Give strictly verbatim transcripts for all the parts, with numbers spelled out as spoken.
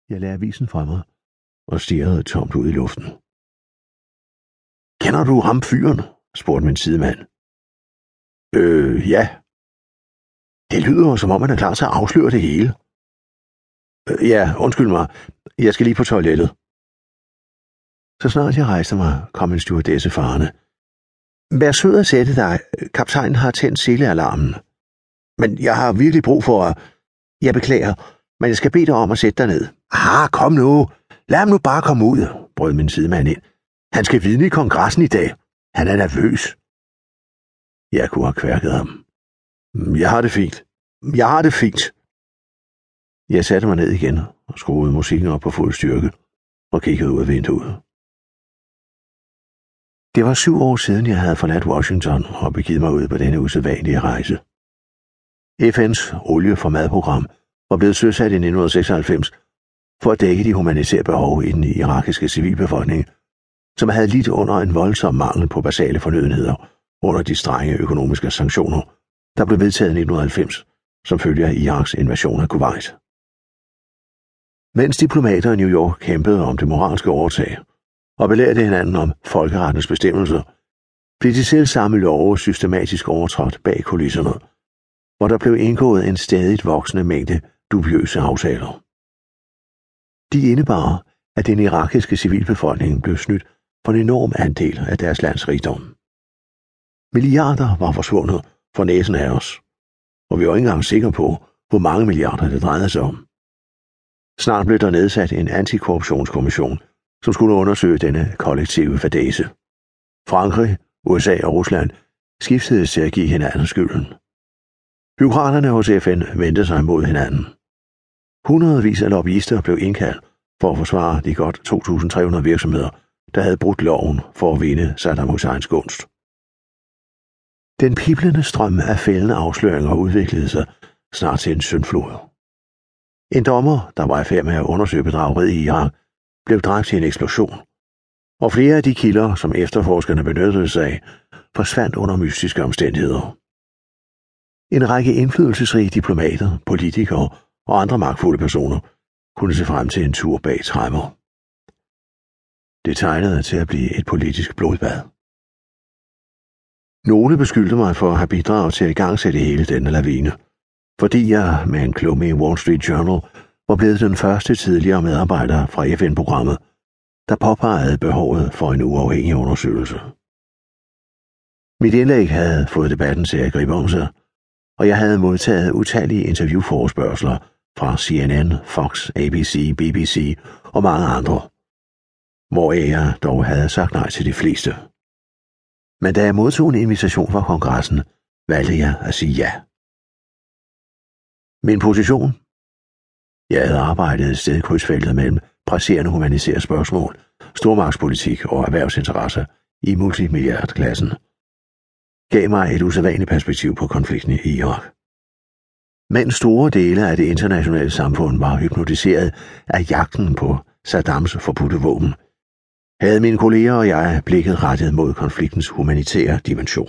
Jeg lagde avisen fra mig og stirrede tomt ud i luften. Kender du ham fyren? Spurgte min sidemand. Øh, ja. Det lyder som om, han er klar til at afsløre det hele. Øh, ja, undskyld mig. Jeg skal lige på toilettet. Så snart jeg rejste mig, kom en stewardesse farende. Vær sød at sætte dig. Kaptajnen har tændt selealarmen. Men jeg har virkelig brug for at... Jeg beklager, men jeg skal bede dig om at sætte dig ned. Ah, kom nu. Lad ham nu bare komme ud, brød min sidemand ind. Han skal vidne i kongressen i dag. Han er nervøs. Jeg kunne have kværket ham. Jeg har det fint. Jeg har det fint. Jeg satte mig ned igen og skruede musikken op på fuld styrke og kiggede ud af vinduet. Det var syv år siden, jeg havde forladt Washington og begivet mig ud på denne usædvanlige rejse. F N's olie- for madprogram var blevet søsat i nitten seksoghalvfems for at dække de humanitære behov i den irakiske civilbefolkning, som havde lidt under en voldsom mangel på basale fornødenheder under de strenge økonomiske sanktioner, der blev vedtaget i nitten halvfems som følge af Iraks invasion af Kuwait. Mens diplomater i New York kæmpede om det moralske overtag og belærte hinanden om folkerettens bestemmelser, blev de selv samme love systematisk overtrådt bag kulisserne, hvor der blev indgået en stadigt voksende mængde dubiøse aftaler. De indebar, at den irakiske civilbefolkning blev snydt for en enorm andel af deres lands rigdom. Milliarder var forsvundet for næsen af os, og vi var ikke engang sikre på, hvor mange milliarder det drejede sig om. Snart blev der nedsat en antikorruptionskommission, som skulle undersøge denne kollektive fadæse. Frankrig, U S A og Rusland skiftede til at give hinanden skylden. Bureaukraterne hos F N vendte sig mod hinanden. Hundredvis af lobbyister blev indkaldt for at forsvare de godt to tusind tre hundrede virksomheder, der havde brudt loven for at vinde Saddam Husseins gunst. Den piblende strøm af fældende afsløringer udviklede sig snart til en syndflod. En dommer, der var i færd med at undersøge bedrageriet i Irak, blev dræbt i en eksplosion, og flere af de kilder, som efterforskerne benyttede sig af, forsvandt under mystiske omstændigheder. En række indflydelsesrige diplomater, politikere og andre magtfulde personer kunne se frem til en tur bag tremmer. Det tegnede til at blive et politisk blodbad. Nogle beskyldte mig for at have bidraget til at igangsætte hele denne lavine, fordi jeg med en klumme i Wall Street Journal var blevet den første tidligere medarbejder fra F N-programmet, der påpegede behovet for en uafhængig undersøgelse. Mit indlæg havde fået debatten til at gribe om sig, og jeg havde modtaget utallige interviewforespørgsler fra C N N, Fox, A B C, B B C og mange andre, hvoraf jeg dog havde sagt nej til de fleste. Men da jeg modtog en invitation fra kongressen, valgte jeg at sige ja. Min position? Jeg havde arbejdet et sted i krydsfeltet mellem presserende humanitære spørgsmål, stormagtspolitik og erhvervsinteresser i multimilliardklassen, gav mig et usædvanligt perspektiv på konflikten i Irak. Mens store dele af det internationale samfund var hypnotiseret af jagten på Saddams forbudte våben, havde mine kolleger og jeg blikket rettet mod konfliktens humanitære dimension.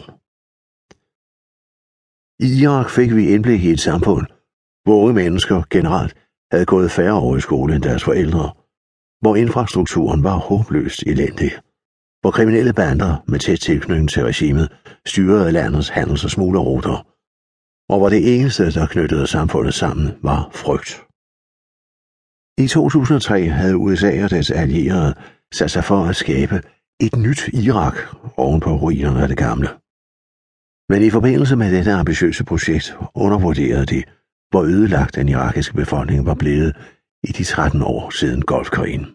I Irak fik vi indblik i et samfund, hvor unge mennesker generelt havde gået færre år i skole end deres forældre, hvor infrastrukturen var håbløst elendig, hvor kriminelle bander med tæt tilknytning til regimet styrede landets handels- og smuglerruter, og hvor det eneste, der knyttede samfundet sammen, var frygt. I to tusind og tre havde U S A og dets allierede sat sig for at skabe et nyt Irak oven på ruinerne af det gamle. Men i forbindelse med dette ambitiøse projekt undervurderede de, hvor ødelagt den irakiske befolkning var blevet i de tretten år siden Golfkrigen.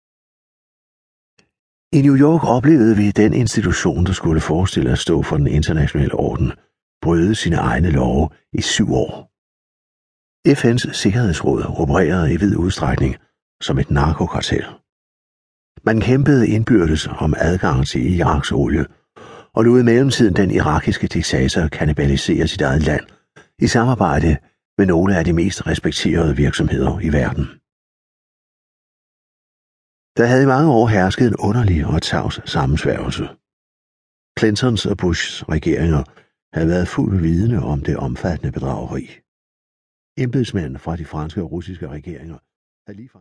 I New York oplevede vi den institution, der skulle forestille at stå for den internationale orden, bryde sine egne love i syv år. F N's Sikkerhedsråd opererede i vid udstrækning som et narkokartel. Man kæmpede indbyrdes om adgang til Iraks olie, og lod i mellemtiden den irakiske diktator kannibalisere sit eget land i samarbejde med nogle af de mest respekterede virksomheder i verden. Der havde i mange år hersket en underlig og tavs sammensværgelse. Clintons og Bushs regeringer havde været fuldt vidne om det omfattende bedrageri. Embedsmænd fra de franske og russiske regeringer havde lige